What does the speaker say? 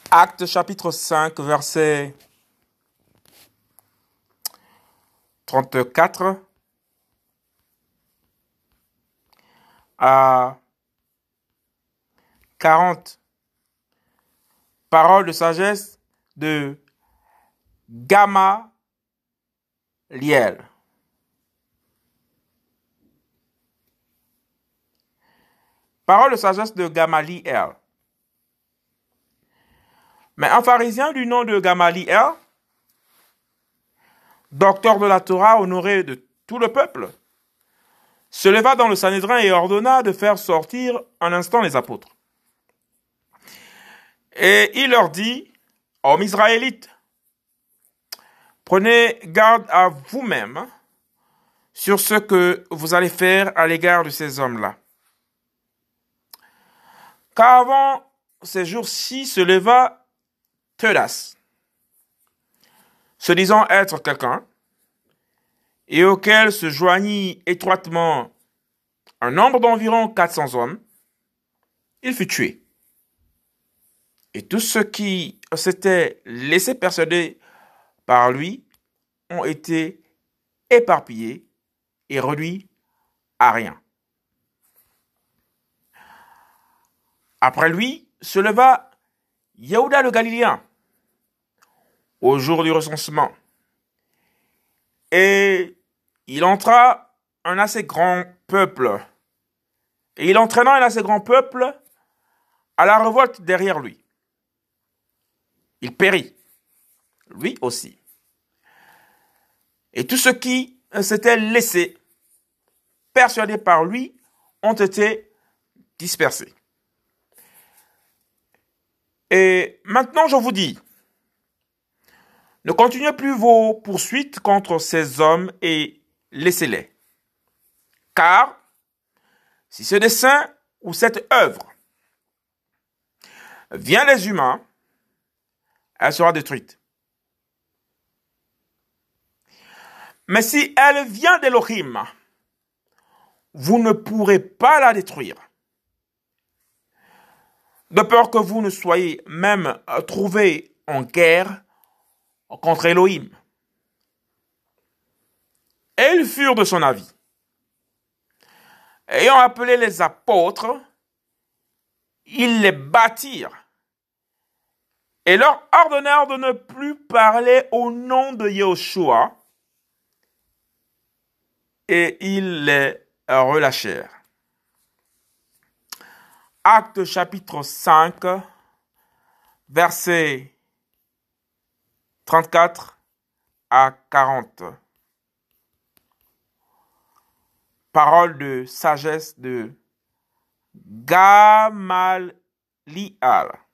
Actes chapitre 5, verset 34 à 40. Parole de sagesse de Gamaliel. Parole de sagesse de Gamaliel. Mais un pharisien du nom de Gamaliel, docteur de la Torah honoré de tout le peuple, se leva dans le Sanhédrin et ordonna de faire sortir un instant les apôtres. Et il leur dit, hommes israélites, prenez garde à vous-mêmes sur ce que vous allez faire à l'égard de ces hommes-là. Car avant ces jours-ci se leva Teudas, se disant être quelqu'un, et auquel se joignit étroitement un nombre d'environ 400 hommes. Il fut tué. Et tous ceux qui s'étaient laissés persuader par lui ont été éparpillés et réduits à rien. Après lui se leva Yehuda le Galiléen au jour du recensement. Et il entra un assez grand peuple. Et il entraîna un assez grand peuple à la révolte derrière lui. Il périt, lui aussi. Et tous ceux qui s'étaient laissés persuadés par lui ont été dispersés. Et maintenant, je vous dis, ne continuez plus vos poursuites contre ces hommes et laissez-les. Car, si ce dessein ou cette œuvre vient des humains, elle sera détruite. Mais si elle vient d'Elohim, vous ne pourrez pas la détruire. De peur que vous ne soyez même trouvés en guerre contre Elohim. Et ils furent de son avis. Ayant appelé les apôtres, ils les battirent et leur ordonnèrent de ne plus parler au nom de Yahushua, et ils les relâchèrent. Actes chapitre 5, versets 34 à 40. Parole de sagesse de Gamaliel.